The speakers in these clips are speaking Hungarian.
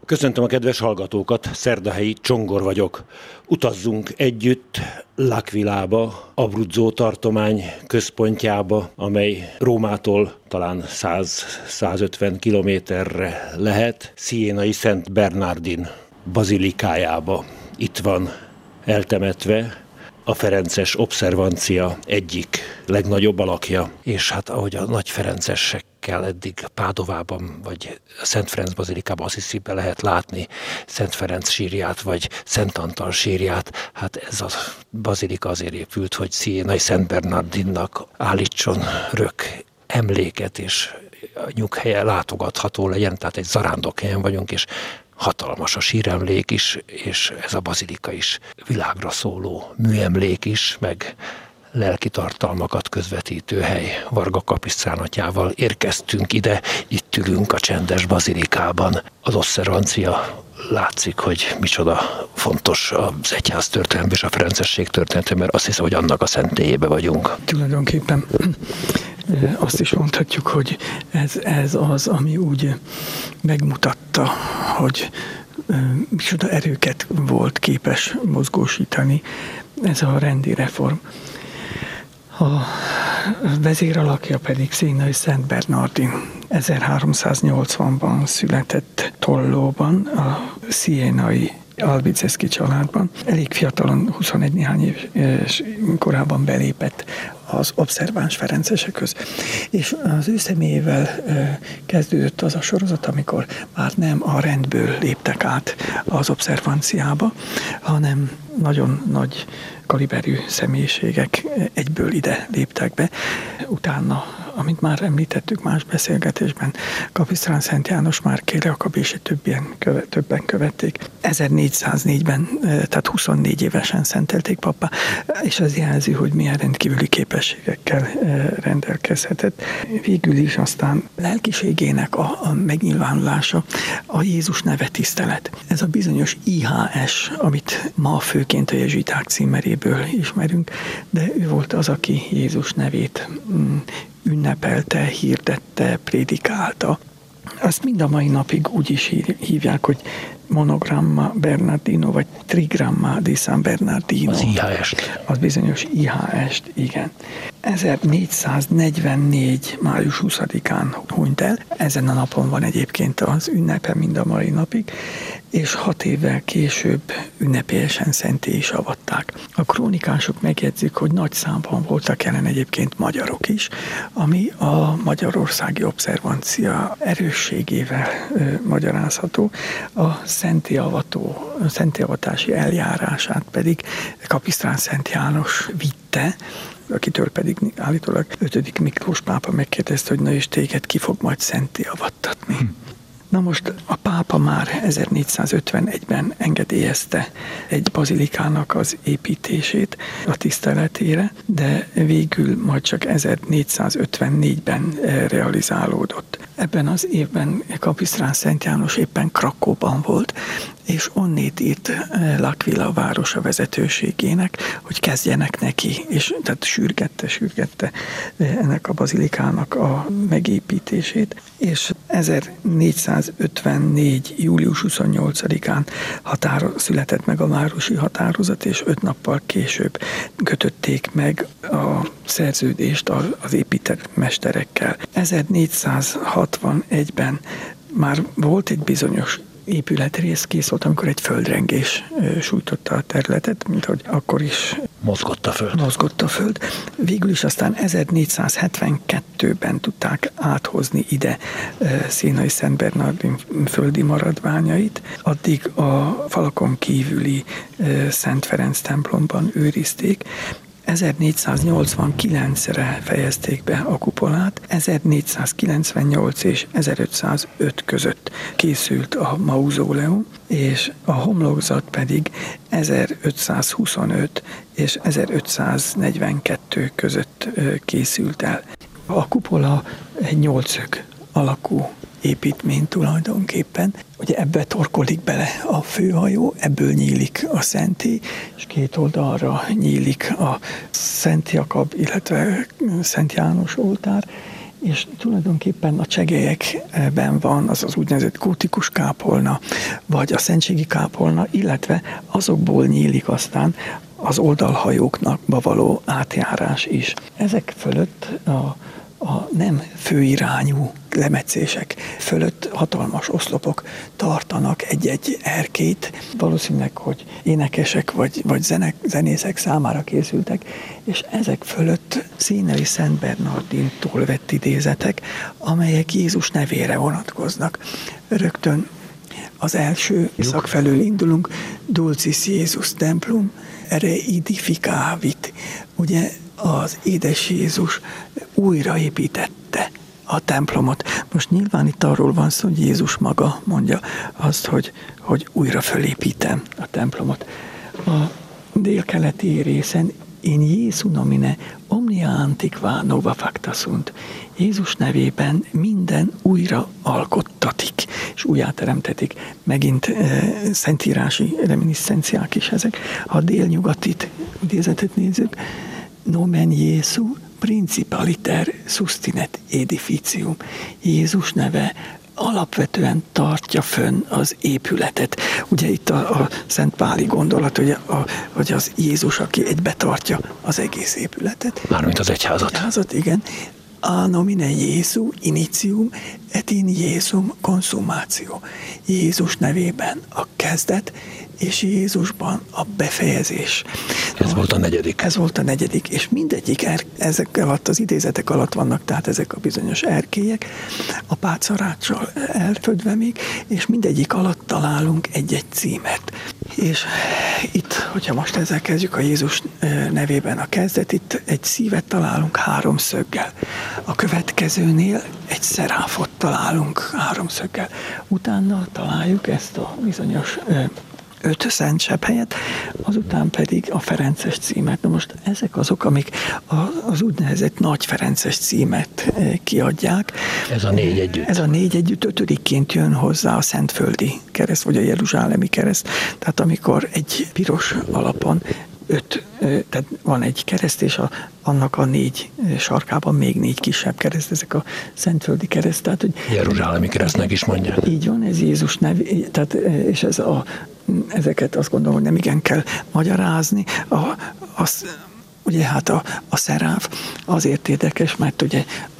Köszöntöm a kedves hallgatókat, Szerdahelyi Csongor vagyok. Utazzunk együtt L'Aquilába, Abruzzo tartomány központjába, amely Rómától talán 100-150 kilométerre lehet, Sienai Szent Bernardin bazilikájába. Itt van eltemetve a ferences obszervancia egyik legnagyobb alakja, és hát ahogy a nagy ferencesekkel eddig Pádovában, vagy a Szent Ferenc bazilikában Assisiben lehet látni Szent Ferenc sírját, vagy Szent Antal sírját, hát ez a bazilika azért épült, hogy Sienai Szent Bernardinnak állítson örök emléket, és a nyughelye látogatható legyen, tehát egy zarándokhelyen vagyunk, és hatalmas a síremlék is, és ez a bazilika is világra szóló műemlék is, meg lelki tartalmakat közvetítő hely. Varga Kapisztrán atyával érkeztünk ide, itt ülünk a csendes bazilikában. Az obszervancia látszik, hogy micsoda fontos az egyház történelme és a ferencesség története, mert azt hiszem, hogy annak a szentélyébe vagyunk. Tulajdonképpen azt is mondhatjuk, hogy ez az, ami úgy megmutatta, hogy micsoda erőket volt képes mozgósítani ez a rendi reform. A vezéralakja pedig Sienai Szent Bernardin. 1380-ban született Tollóban, a Sienai Albizeschi családban. Elég fiatalon, 21 néhány éves korában belépett az obszerváns ferencesekhöz. És az ő személyével kezdődött az a sorozat, amikor már nem a rendből léptek át az obszervanciába, hanem nagyon nagy kaliberű személyiségek egyből ide léptek be. Utána, amint már említettük más beszélgetésben, Kapisztrán Szent János Márk Jakab és többen követték. 1404-ben, tehát 24 évesen szentelték pappá, és ez jelzi, hogy milyen rendkívüli képességekkel rendelkezhetett. Végül is aztán lelkiségének a megnyilvánulása a Jézus neve tisztelet. Ez a bizonyos IHS, amit ma főként a jezsuiták címeréből ismerünk, de ő volt az, aki Jézus nevét ünnepelte, hirdette, prédikálta. Azt mind a mai napig úgy is hívják, hogy monogramma Bernardino, vagy trigramma di San Bernardino. Az IHS-t. Az bizonyos IHS-t, igen. 1444. május 20-án hunyt el. Ezen a napon van egyébként az ünnepe mind a mai napig, és 6 évvel később ünnepélyesen szentté is avatták. A krónikások megjegyzik, hogy nagy számban voltak jelen egyébként magyarok is, ami a magyarországi obszervancia erősségével magyarázható. A szenttéavatási eljárását pedig Kapisztrán Szent János vitte, akitől pedig állítólag 5. Miklós pápa megkérdezte, hogy na és téged ki fog majd szentté avattatni. Na most a pápa már 1451-ben engedélyezte egy bazilikának az építését a tiszteletére, de végül majd csak 1454-ben realizálódott. Ebben az évben Kapisztrán Szent János éppen Krakóban volt, és onnét írt L'Aquila városa vezetőségének, hogy kezdjenek neki, és tehát sürgette ennek a bazilikának a megépítését, és 1454. július 28-án született meg a városi határozat, és 5 nappal később kötötték meg a szerződést az építőmesterekkel. 1461-ben már volt egy bizonyos épületrész kész volt, amikor egy földrengés sújtotta a területet, mint hogy akkor is mozgott a föld. Végül is aztán 1472-ben tudták áthozni ide Sienai Szent Bernardin földi maradványait. Addig a falakon kívüli Szent Ferenc templomban őrizték. 1489-re fejezték be a kupolát, 1498 és 1505 között készült a mauzóleum, és a homlokzat pedig 1525 és 1542 között készült el. A kupola egy 8-szög alakú építmény tulajdonképpen. Ugye ebbe torkollik bele a főhajó, ebből nyílik a szentély, és két oldalra nyílik a Szent Jakab, illetve Szent János oltár, és tulajdonképpen a csegelyekben van az úgynevezett gótikus kápolna, vagy a szentségi kápolna, illetve azokból nyílik aztán az oldalhajóknak való átjárás is. Ezek fölött a nem főirányú lemetszések fölött hatalmas oszlopok tartanak egy-egy erkélyt, valószínűleg, hogy énekesek vagy zenészek számára készültek, és ezek fölött Sienai Szent Bernardintól vett idézetek, amelyek Jézus nevére vonatkoznak. Rögtön az első szak felől indulunk, Dulcis Jézus Templum reidificavit. Ugye az édes Jézus újraépítette a templomot. Most nyilván itt arról van szó, hogy Jézus maga mondja azt, hogy újra fölépítem a templomot. A délkeleti részen in Jesu nomine omnia antiqua nova facta sunt. Jézus nevében minden újra alkottatik, és újjáteremtetik. Megint szentírási reminiszenciák is ezek. Ha a délnyugatit idézetet nézzük, nomen Jesu principaliter sustinet edificium. Jézus neve alapvetően tartja fönn az épületet. Ugye itt a Szent Páli gondolat, hogy az Jézus, aki egybe tartja az egész épületet. Mármint az egyházat. Egyházat, igen. A nomine Jesu initium et in Jesum consumatio. Jézus nevében a kezdet, és Jézusban a befejezés. Ez volt a negyedik. Ez volt a negyedik, és mindegyik ezek alatt, az idézetek alatt vannak, tehát ezek a bizonyos erkélyek, a pácaráccsal elfödve még, és mindegyik alatt találunk egy-egy címet. És itt, hogyha most ezzel kezdjük a Jézus nevében a kezdet, itt egy szívet találunk 3 szöggel. A következőnél egy szeráfot találunk 3 szöggel. Utána találjuk ezt a bizonyos 5 szent sebhelyet, azután pedig a ferences címet. Na most ezek azok, amik az úgynevezett nagy ferences címet kiadják. Ez a 4 együtt. Ez a 4 együtt 5-ként jön hozzá a szentföldi kereszt, vagy a jeruzsálemi kereszt. Tehát amikor egy piros alapon 5, tehát van egy kereszt, és annak a 4 sarkában még 4 kisebb kereszt, ezek a szentföldi kereszt. Tehát, hogy jeruzsálemi keresztnek is mondják. Így van, ez Jézus nev, tehát, és ezeket azt gondolom, hogy nem igen kell magyarázni. Ugye hát a szeráf azért érdekes, mert ugye a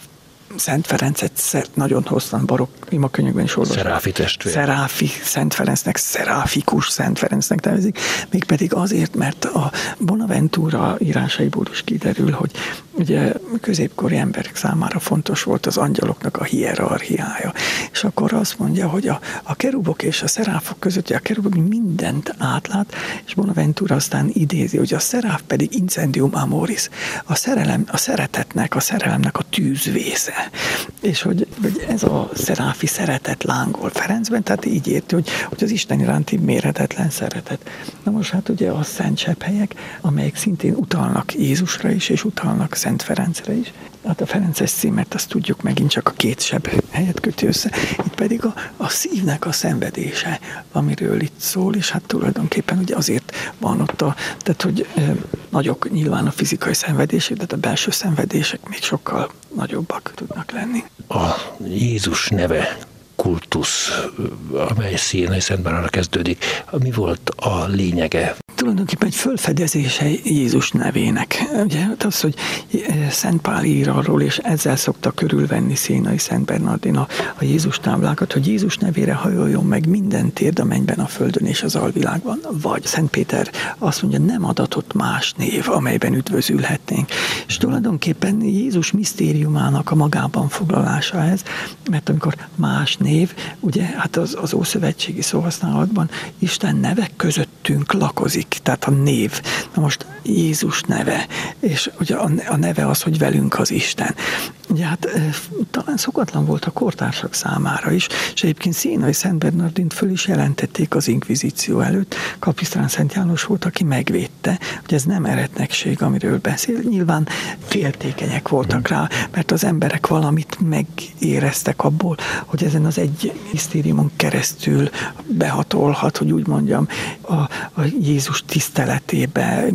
Szent Ferencet nagyon hosszan barokk imakönyvekben is olvasott. Szeráfi testvér. Szeráfi Szent Ferencnek, szeráfikus Szent Ferencnek nevezik, mégpedig azért, mert a Bonaventura írásaiból is kiderül, hogy ugye középkori emberek számára fontos volt az angyaloknak a hierarchiája. És akkor azt mondja, hogy a kerubok és a szeráfok között, a kerubok mindent átlát, és Bonaventura aztán idézi, hogy a szeráf pedig incendium amoris, a szeretetnek, a szerelemnek a tűzvésze. És hogy ez a szeráfi szeretet lángol Ferencben, tehát így érti, hogy az Isten iránti mérhetetlen szeretet. Na most hát ugye a szent sebhelyek, amelyek szintén utalnak Jézusra is, és utalnak Szent Ferencre is. Hát a ferences címet azt tudjuk, megint csak a 2 sebhelyet köti össze. Itt pedig a szívnek a szenvedése, amiről itt szól, és hát tulajdonképpen ugye azért van ott tehát hogy nagyok nyilván a fizikai szenvedések, de a belső szenvedések még sokkal nagyobbak tudnak lenni. A Jézus neve kultusz, amely Sienai Szent Bernardra kezdődik, mi volt a lényege? Tulajdonképpen egy fölfedezése Jézus nevének. Ugye az, hogy Szent Pál ír arról, és ezzel szokta körülvenni Sienai Szent Bernardin a Jézus táblákat, hogy Jézus nevére hajoljon meg minden térd a mennyben, a földön és az alvilágban. Vagy Szent Péter azt mondja, nem adatott más név, amelyben üdvözülhetnénk. És tulajdonképpen Jézus misztériumának a magában foglalása ez, mert amikor más név, ugye hát az ószövetségi szóhasználatban Isten nevek közöttünk lakozik, tehát a név. Na most Jézus neve, és ugye a neve az, hogy velünk az Isten. Ugye hát talán szokatlan volt a kortársak számára is, és egyébként Sienai Szent Bernardint föl is jelentették az inkvizíció előtt. Kapisztrán Szent János volt, aki megvédte, hogy ez nem eretnekség, amiről beszél. Nyilván féltékenyek voltak rá, mert az emberek valamit megéreztek abból, hogy ezen az egy misztériumon keresztül behatolhat, hogy úgy mondjam, a Jézus tiszteletébe, Jézus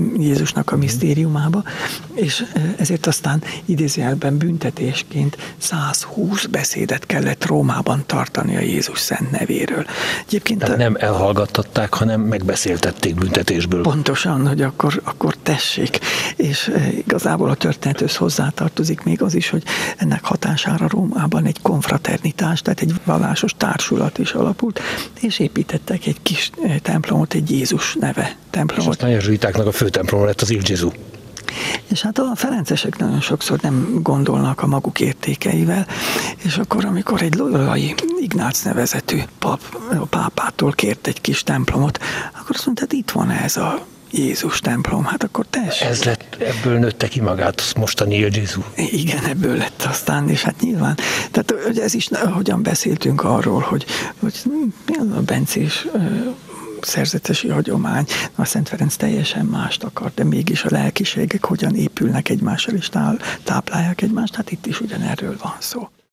Jézusnak a misztériumába, és ezért aztán idézőjelben büntetésként 120 beszédet kellett Rómában tartani a Jézus szent nevéről. Egyébként tehát nem elhallgattatták, hanem megbeszéltették büntetésből. Pontosan, hogy akkor tessék. És igazából a történethöz hozzátartozik még az is, hogy ennek hatására Rómában egy konfraternitás, tehát egy vallásos társulat is alapult, és építettek egy kis templomot, egy Jézus neve templomot. És aztán a jezsuitáknak a főtemploma lett az Il Gesù. És hát a ferencesek nagyon sokszor nem gondolnak a maguk értékeivel, és akkor, amikor egy loyolai Ignác nevezetű pápától kért egy kis templomot, akkor azt mondta, hát itt van ez a Jézus templom, hát akkor tessék. Ez lett, ebből nőtte ki magát az mostani Il Gesù. Igen, ebből lett aztán, és hát nyilván, tehát ez is, ahogyan beszéltünk arról, hogy mi az a bencés szerzetesi hagyomány, a Szent Ferenc teljesen mást akar, de mégis a lelkiségek hogyan épülnek egymással és táplálják egymást, hát itt is ugyanerről van szó.